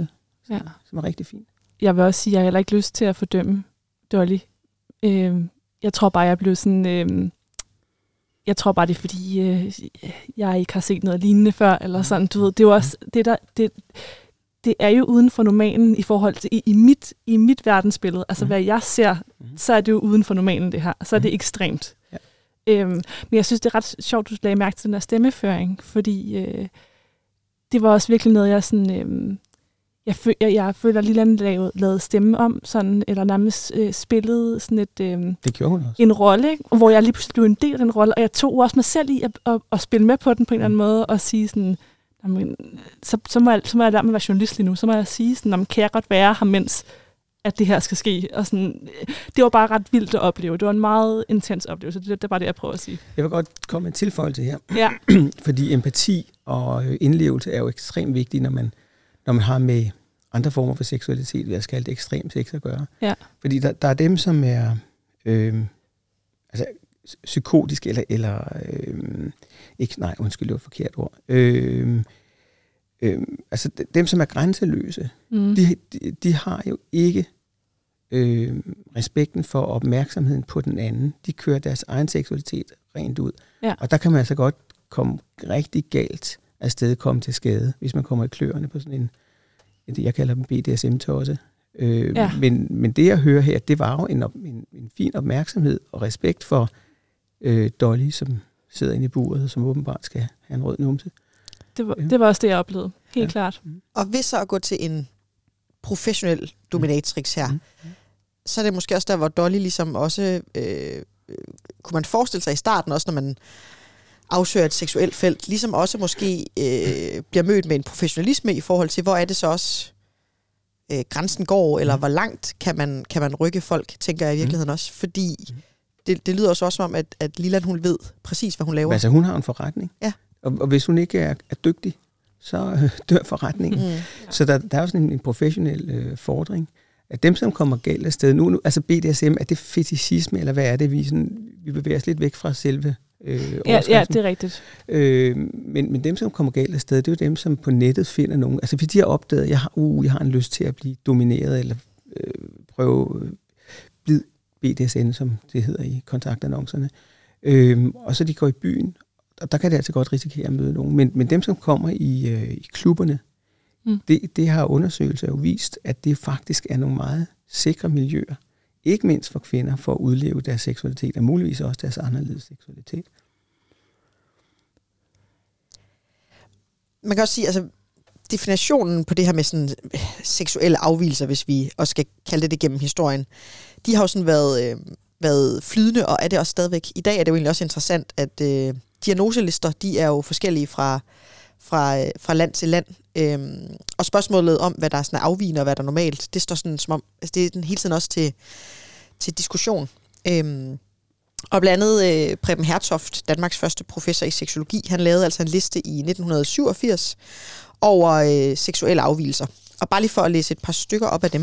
Ja. Som er rigtig fint. Jeg vil også sige, at jeg har heller ikke lyst til at fordømme Dolly. Øh, jeg tror bare, jeg blev sådan... Øh, jeg tror bare, det er fordi, øh, jeg ikke har set noget lignende før, eller sådan, du ved. Det er jo også... Det, der, det, det er jo uden for normalen i forhold til... I, i, mit, i mit verdensbillede, altså mm. hvad jeg ser, mm. så er det jo uden for normalen, det her. Så er det ekstremt. Ja. Øhm, men jeg synes, det er ret sjovt, du lagde mærke til den der stemmeføring, fordi øh, det var også virkelig noget, jeg sådan... Øh, Jeg, føl, jeg, jeg føler, at Lillian lavede, lavede stemme om, sådan, eller nærmest øh, spillede sådan et, øh, det gjorde hun også. En rolle, ikke? Hvor jeg lige pludselig blev en del af den rolle, og jeg tog også mig selv i at, at, at spille med på den på en eller anden måde, og sige sådan, jamen, så, så, må jeg, så må jeg lade mig være journalist lige nu, så må jeg sige sådan, jamen, kan jeg godt være her, mens at det her skal ske? Og sådan, det var bare ret vildt at opleve. Det var en meget intens oplevelse. Det, det er bare det, jeg prøver at sige. Jeg vil godt komme med en tilføjelse her. Ja. Fordi empati og indlevelse er jo ekstremt vigtigt, når man, når man har med andre former for seksualitet, jeg skal kalde det ekstrem sex at gøre. Ja. Fordi der, der er dem, som er øh, altså, psykotiske, eller, eller øh, ikke, nej, undskyld, det var et forkert ord. Øh, øh, altså dem, som er grænseløse, mm. de, de, de har jo ikke øh, respekten for opmærksomheden på den anden. De kører deres egen seksualitet rent ud. Ja. Og der kan man altså godt komme rigtig galt afsted, komme til skade, hvis man kommer i kløerne på sådan en, jeg kalder dem B D S M-tosse. Øh, ja. men, men det, jeg hører her, det var jo en, en, en fin opmærksomhed og respekt for øh, Dolly, som sidder inde i buret, som åbenbart skal have en rød numse. Det var, ja. det var også det, jeg oplevede. Helt ja. klart. Og hvis så at gå til en professionel dominatrix her, mm. så er det måske også der, hvor Dolly ligesom også, øh, kunne man forestille sig i starten, også når man afsøger et seksuelt felt, ligesom også måske øh, bliver mødt med en professionalisme i forhold til, hvor er det så også øh, grænsen går, eller hvor langt kan man, kan man rykke folk, tænker jeg i virkeligheden også. Fordi det, det lyder også som om, at, at Lillian, hun ved præcis, hvad hun laver. Altså hun har en forretning. Ja. Og, og hvis hun ikke er, er dygtig, så øh, dør forretningen. Mm. Så der, der er også en, en professionel øh, fordring. At dem, som kommer galt af sted, nu, nu altså B D S M, er det fetishisme, eller hvad er det? Vi, sådan, vi bevæger os lidt væk fra selve Øh, ja, ja, det er rigtigt. Øh, men, men dem, som kommer galt af sted, det er jo dem, som på nettet finder nogen. Altså, hvis de har opdaget, at jeg har, uh, jeg har en lyst til at blive domineret, eller øh, prøve øh, blid B D S M, som det hedder i kontaktannoncerne. Øh, og så de går i byen, og der kan det altså godt risikere at møde nogen. Men, men dem, som kommer i, øh, i klubberne, mm. det, det har undersøgelser jo vist, at det faktisk er nogle meget sikre miljøer. Ikke mindst for kvinder, for at udleve deres seksualitet, og muligvis også deres anderledes seksualitet. Man kan også sige, altså definitionen på det her med sådan seksuelle afvigelser, hvis vi også skal kalde det det gennem historien, de har jo sådan været, øh, været flydende, og er det også stadigvæk. I dag er det jo egentlig også interessant, at øh, diagnoselister, de er jo forskellige fra, fra, fra land til land. Øhm, og spørgsmålet om, hvad der er sådan afvigende og hvad der er normalt, det står sådan som om, altså det er den hele tiden også til, til diskussion. Øhm, og blandt andet øh, Preben Hertoft, Danmarks første professor i seksologi, han lavede altså en liste i nitten syvogfirs over øh, seksuelle afvigelser. Og bare lige for at læse et par stykker op af dem.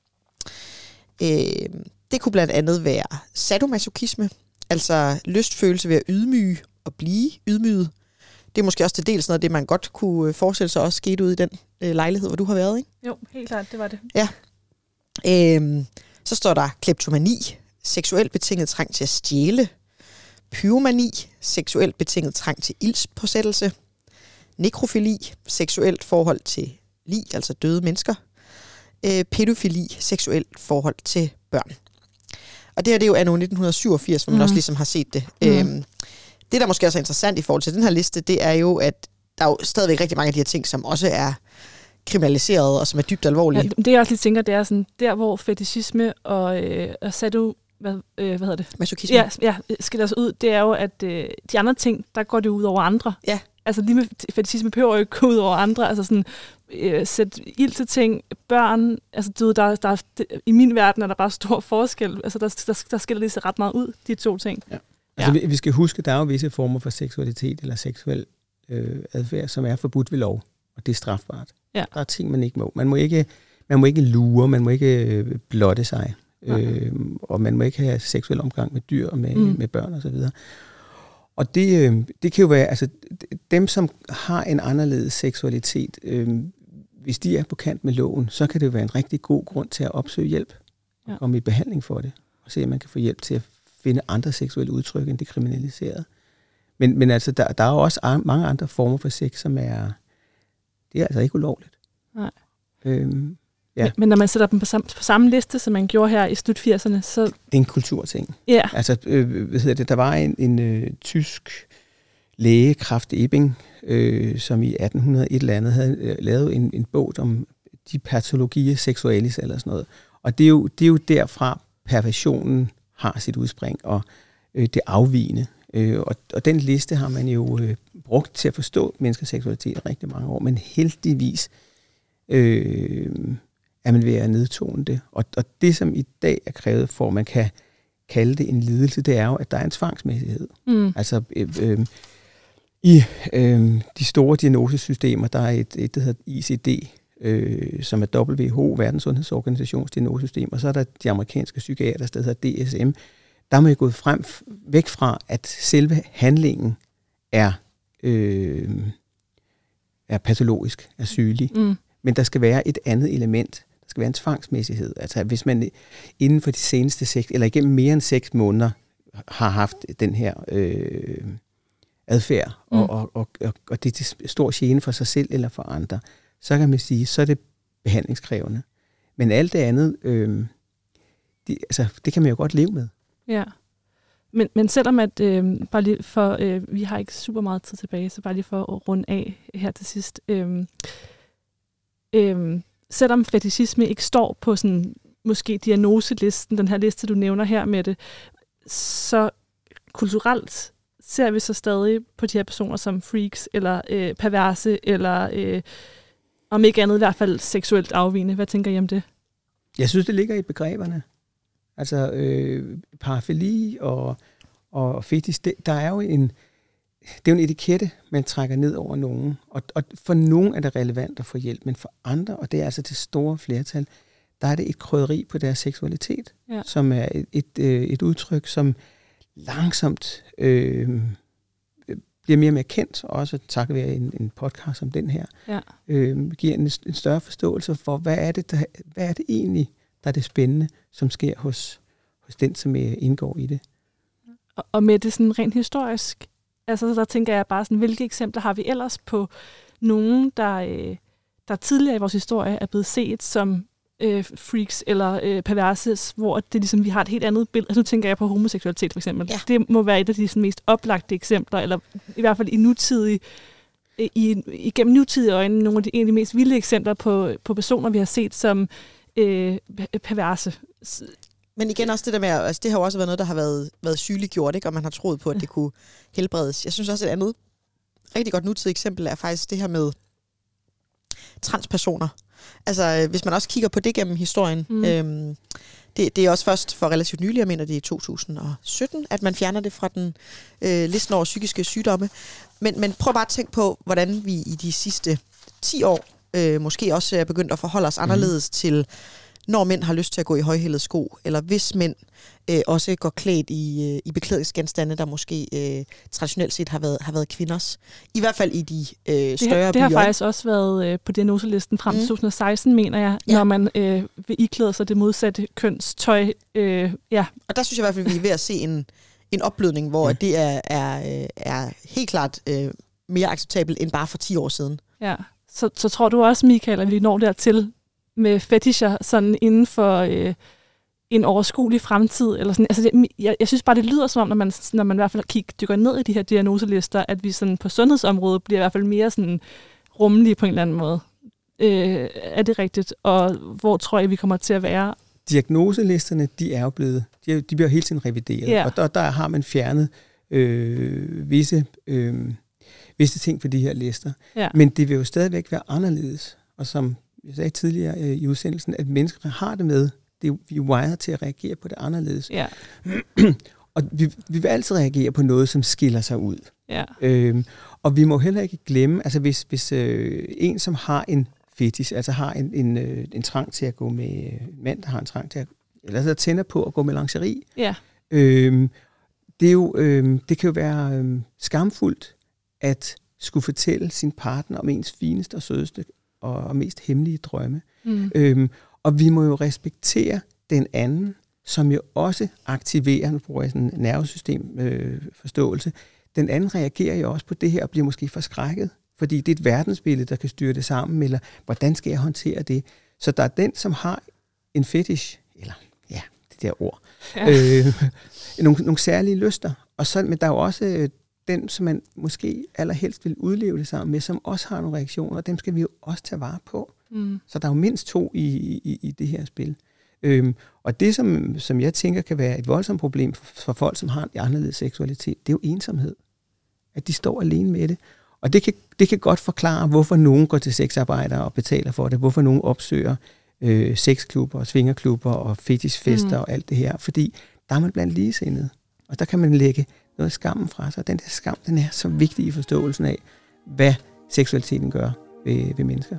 Øh, det kunne blandt andet være sadomasochisme, altså lystfølelse ved at ydmyge og blive ydmyget. Det er måske også til dels noget af det, man godt kunne forestille sig også skete ud i den øh, lejlighed, hvor du har været, ikke? Jo, helt klart, det var det. Ja. Øhm, så står der kleptomani, seksuelt betinget trang til at stjæle, pyromani, seksuelt betinget trang til ildspåsættelse, nekrofili, seksuelt forhold til lig, altså døde mennesker, øh, pædofili, seksuelt forhold til børn. Og det her, det er jo anno nitten syvogfirs, hvor man mm. også ligesom har set det. Mm. Øhm, Det, der måske også er interessant i forhold til den her liste, det er jo, at der er jo stadigvæk rigtig mange af de her ting, som også er kriminaliseret og som er dybt alvorlige. Ja, det jeg også lige tænker, det er sådan, der hvor fetishisme og, øh, og sado, hvad, øh, hvad hedder det? Masochisme. Ja, ja, skiller sig ud, det er jo, at øh, de andre ting, der går det ud over andre. Ja. Altså lige med fetishisme behøver jo ikke gå ud over andre, altså sådan øh, sætte ild til ting, børn, altså du ved, der, der, der, i min verden er der bare stor forskel, altså der, der, der skiller det sig ret meget ud, de to ting. Ja. Altså, ja. vi, vi skal huske, at der er jo visse former for seksualitet eller seksuel øh, adfærd, som er forbudt ved lov, og det er strafbart. Ja. Der er ting, man ikke må. Man må ikke, man må ikke lure, man må ikke øh, blotte sig, øh, og man må ikke have seksuel omgang med dyr og med, mm. med børn og så videre. Og det, øh, det kan jo være, altså dem, som har en anderledes seksualitet, øh, hvis de er på kant med loven, så kan det jo være en rigtig god grund til at opsøge hjælp og ja. komme i behandling for det, og se, om man kan få hjælp til at finde andre seksuelle udtryk end det kriminaliserede. Men, men altså, der, der er jo også an, mange andre former for sex, som er, det er altså ikke ulovligt. Nej. Øhm, ja. men, men når man sætter dem på samme, på samme liste, som man gjorde her i slut firserne, så... Det er en kulturting. Ja. Altså, øh, hvad hedder det, der var en, en øh, tysk læge, Krafft Ebing, øh, som i atten hundrede et eller andet havde øh, lavet en, en bog om de patologier sexualis eller sådan noget. Og det er jo, det er jo derfra, perversionen har sit udspring, og øh, det afvigende. Øh, og, og den liste har man jo øh, brugt til at forstå menneskers seksualitet i rigtig mange år, men heldigvis øh, er man ved at nedtone det. Og, og det, som i dag er krævet for, at man kan kalde det en lidelse, det er jo, at der er en tvangsmæssighed. Mm. Altså øh, øh, i øh, de store diagnosesystemer, der er et, et der hedder I C D, øh, som er W H O, Verdenssundhedsorganisations diagnosesystem, og så er der de amerikanske psykiater, der hedder D S M. Der er man jo gået frem, væk fra, at selve handlingen er, øh, er patologisk, er sygelig. Mm. Men der skal være et andet element. Der skal være en tvangsmæssighed. Altså hvis man inden for de seneste seks, eller igennem mere end seks måneder, har haft den her øh, adfærd, mm. og, og, og, og det er til stor gene for sig selv eller for andre, så kan man sige, så er det behandlingskrævende. Men alt det andet, øh, det, altså, det kan man jo godt leve med. Ja, men, men selvom at, øh, bare lige for, øh, vi har ikke super meget tid tilbage, så bare lige for at runde af her til sidst. Øh, øh, selvom fetishisme ikke står på sådan, måske diagnoselisten, den her liste, du nævner her med det, så kulturelt ser vi så stadig på de her personer som freaks, eller øh, perverse, eller øh, om ikke andet i hvert fald seksuelt afvigende. Hvad tænker I om det? Jeg synes, det ligger i begreberne. Altså øh, parafili og, og fetis, det, der er jo en, det er jo en etikette, man trækker ned over nogen. Og, og for nogen er det relevant at få hjælp, men for andre, og det er altså det store flertal, der er det et krydderi på deres seksualitet, ja. Som er et, et, et udtryk, som langsomt øh, bliver mere og mere kendt, også takket være en, en podcast som den her, ja. øh, giver en, en større forståelse for, hvad er det, der, hvad er det egentlig, der er det spændende, som sker hos, hos den, som indgår i det. Og, og med det sådan rent historisk, altså der tænker jeg bare sådan, hvilke eksempler har vi ellers på nogen, der, øh, der tidligere i vores historie er blevet set som øh, freaks eller øh, perverses, hvor det ligesom, vi har et helt andet billede. Altså nu tænker jeg på homoseksualitet for eksempel. Ja. Det må være et af de sådan, mest oplagte eksempler, eller i hvert fald i nutidige, i, igennem nutidige øjne, nogle af de, de mest vilde eksempler på, på personer, vi har set som øh, perverse. Men igen også det der med, altså det har jo også været noget, der har været, været sygeliggjort, ikke? Og man har troet på, at det kunne helbredes. Jeg synes også, et andet rigtig godt nutidigt eksempel er faktisk det her med transpersoner. Altså, hvis man også kigger på det gennem historien, mm. øhm, det, det er også først for relativt nylig, jeg mener det er i to tusind og sytten, at man fjerner det fra den øh, listen over psykiske sygdomme. Men, men prøv bare at tænke på, hvordan vi i de sidste ti år øh, måske også er begyndt at forholde os anderledes mm. til, når mænd har lyst til at gå i højhælede sko, eller hvis mænd øh, også går klædt i, øh, i beklædningsgenstande, der måske øh, traditionelt set har været, har været kvinders. I hvert fald i de øh, større byer. Det har byer. faktisk også været øh, på diagnoselisten frem til mm. to tusind og seksten, mener jeg, ja. Når man øh, vil iklæde sig det modsatte kønstøj. Øh, ja. Og der synes jeg i hvert fald, vi er ved at se en, en opblødning, hvor ja. det er, er, er helt klart øh, mere acceptabelt end bare for ti år siden. Ja, så, så tror du også, Michael, at vi når dertil med fetischer sådan inden for øh, en overskuelig fremtid eller sådan. Altså det, jeg, jeg synes bare det lyder som om, når man når man i hvert fald kigger dykker ned i de her diagnoselister, at vi sådan på sundhedsområdet bliver i hvert fald mere sådan rummelige på en eller anden måde. Øh, er det rigtigt? Og hvor tror jeg vi kommer til at være? Diagnoselisterne, de er jo blevet, de, er, de bliver hele tiden revideret, ja. Og der, der har man fjernet øh, visse øh, visse ting for de her lister. Ja. Men det vil jo stadigvæk være anderledes, og som jeg sagde tidligere øh, i udsendelsen, at mennesker har det med, det er, vi er wired til at reagere på det anderledes. Ja. Og vi, vi vil altid reagere på noget, som skiller sig ud. Ja. Øhm, og vi må heller ikke glemme, altså hvis, hvis øh, en, som har en fetis, altså har en, en, øh, en trang til at gå med, en mand, der har en trang til at, eller så tænder på at gå med lingerie, ja. øhm, det, er jo, øhm, det kan jo være øhm, skamfuldt at skulle fortælle sin partner om ens fineste og sødeste og, og mest hemmelige drømme. Mm. Øhm, og vi må jo respektere den anden, som jo også aktiverer, nu bruger jeg sådan en nervesystemforståelse, øh, den anden reagerer jo også på det her og bliver måske forskrækket, fordi det er et verdensbillede, der kan styre det sammen, eller hvordan skal jeg håndtere det? Så der er den, som har en fetish, eller ja, det der ord, ja. øh, nogle, nogle særlige lyster. Og så, men der er jo også øh, den, som man måske allerhelst vil udleve det sammen med, som også har nogle reaktioner, og dem skal vi jo også tage vare på. Mm. Så der er jo mindst to i, i, i det her spil. Øhm, og det, som, som jeg tænker kan være et voldsomt problem for, for folk, som har en anderledes seksualitet, det er jo ensomhed. At de står alene med det. Og det kan, det kan godt forklare, hvorfor nogen går til sexarbejdere og betaler for det, hvorfor nogen opsøger øh, sexklubber, svingerklubber og fetishfester mm. og alt det her. Fordi der er man blandt ligesindede. Og der kan man lægge noget skammen fra sig. Og den der skam, den er så vigtig i forståelsen af, hvad seksualiteten gør ved, ved mennesker.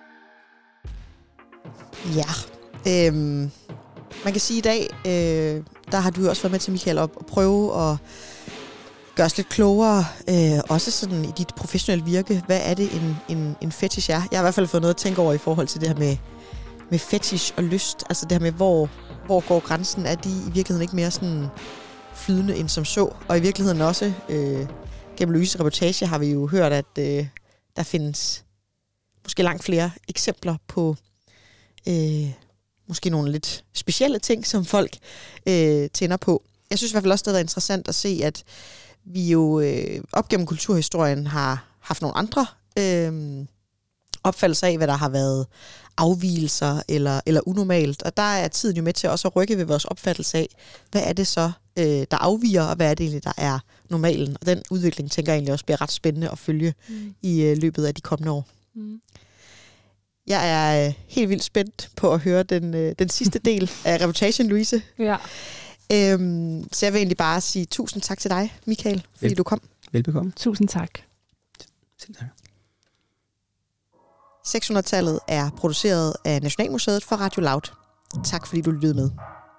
Ja, øhm, man kan sige i dag, øh, der har du også været med til, Michael, at prøve at gøre os lidt klogere, øh, også sådan i dit professionelle virke. Hvad er det, en, en, en fetish er? Jeg har i hvert fald fået noget at tænke over i forhold til det her med, med fetish og lyst. Altså det her med, hvor, hvor går grænsen? Er de i virkeligheden ikke mere sådan flydende end som så? Og i virkeligheden også, øh, gennem Louises reportage har vi jo hørt, at øh, der findes måske langt flere eksempler på øh, måske nogle lidt specielle ting, som folk øh, tænder på. Jeg synes i hvert fald også, det er interessant at se, at vi jo øh, op gennem kulturhistorien har haft nogle andre øh, opfattelser af, hvad der har været afvigelser eller, eller unormalt. Og der er tiden jo med til også at rykke ved vores opfattelse af, hvad er det så, øh, der afviger, og hvad er det egentlig, der er normalen. Og den udvikling, tænker jeg egentlig også bliver ret spændende at følge mm. i øh, løbet af de kommende år. Mm. Jeg er øh, helt vildt spændt på at høre den, øh, den sidste del af reportagen, Louise. Ja. Øhm, så jeg vil egentlig bare sige tusind tak til dig, Michael, fordi Vel- du kom. Velbekomme. Tusind tak. Selv tak. seks hundrede-tallet er produceret af Nationalmuseet for Radio Loud. Tak fordi du lyttede med.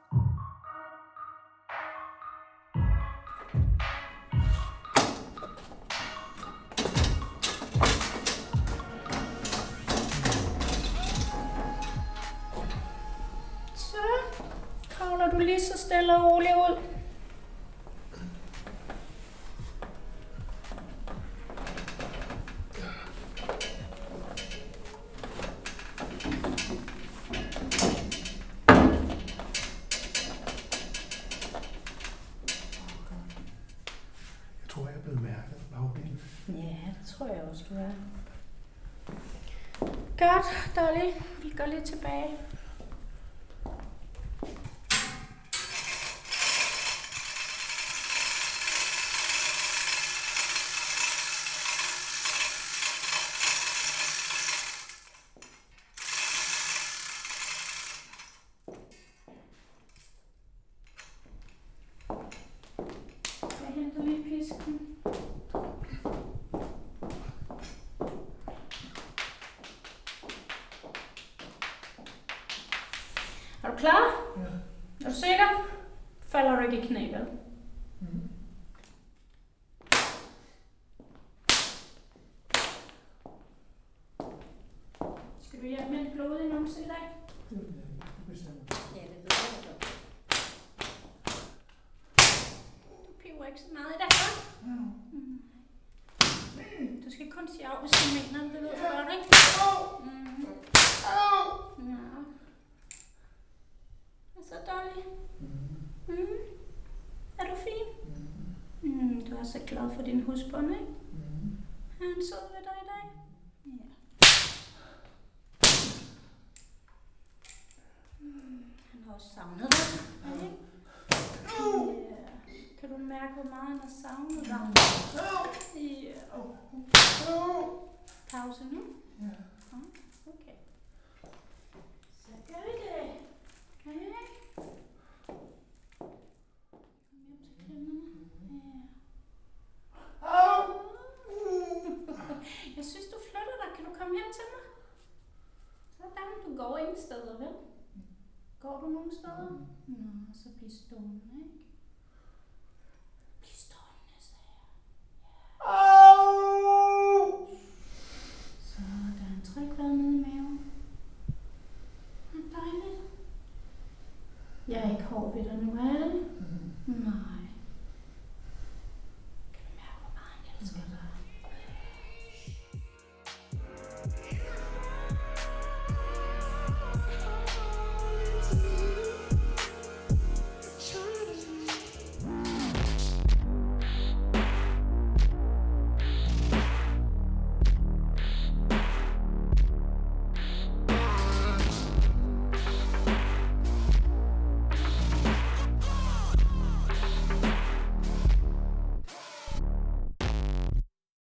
Kravler du lige så stille og roligt ud. Jeg tror, jeg er blevet mærket på bagbenene. Ja, det tror jeg også, du er. Godt, Dolly. Vi går lidt tilbage. Er du klar? Ja. Er du sikker? Falder du ikke i knæ, vel? Mm. Skal du hjem med en blodig numse i dag? Ja, det ved jeg godt. Du piver ikke så meget i dag, hva'? Ja. Mm. Du skal kun sige af, hvis du mener det, ved du godt, ikke? Mm. Ja. Og så Dolly. Mm. Mm. Er du fin? Mm. Mm. Du er så glad for din husbånd, ikke? Mm. Er han sød ved dig i dag? Ja. Mm. Han har også savnet dig, ikke? Ja. Kan du mærke, hvor meget han har savnet dig? Ja. Oh. Pause nu? Ja. Okay. Så gør vi det. Okay. Kom hjem til klemmerne. Ja. Jeg synes, du flytter dig. Kan du komme hjem til mig? Sådan. Du går ingen steder, vel? Går du nogen steder? Nå, så bliv stående, ikke?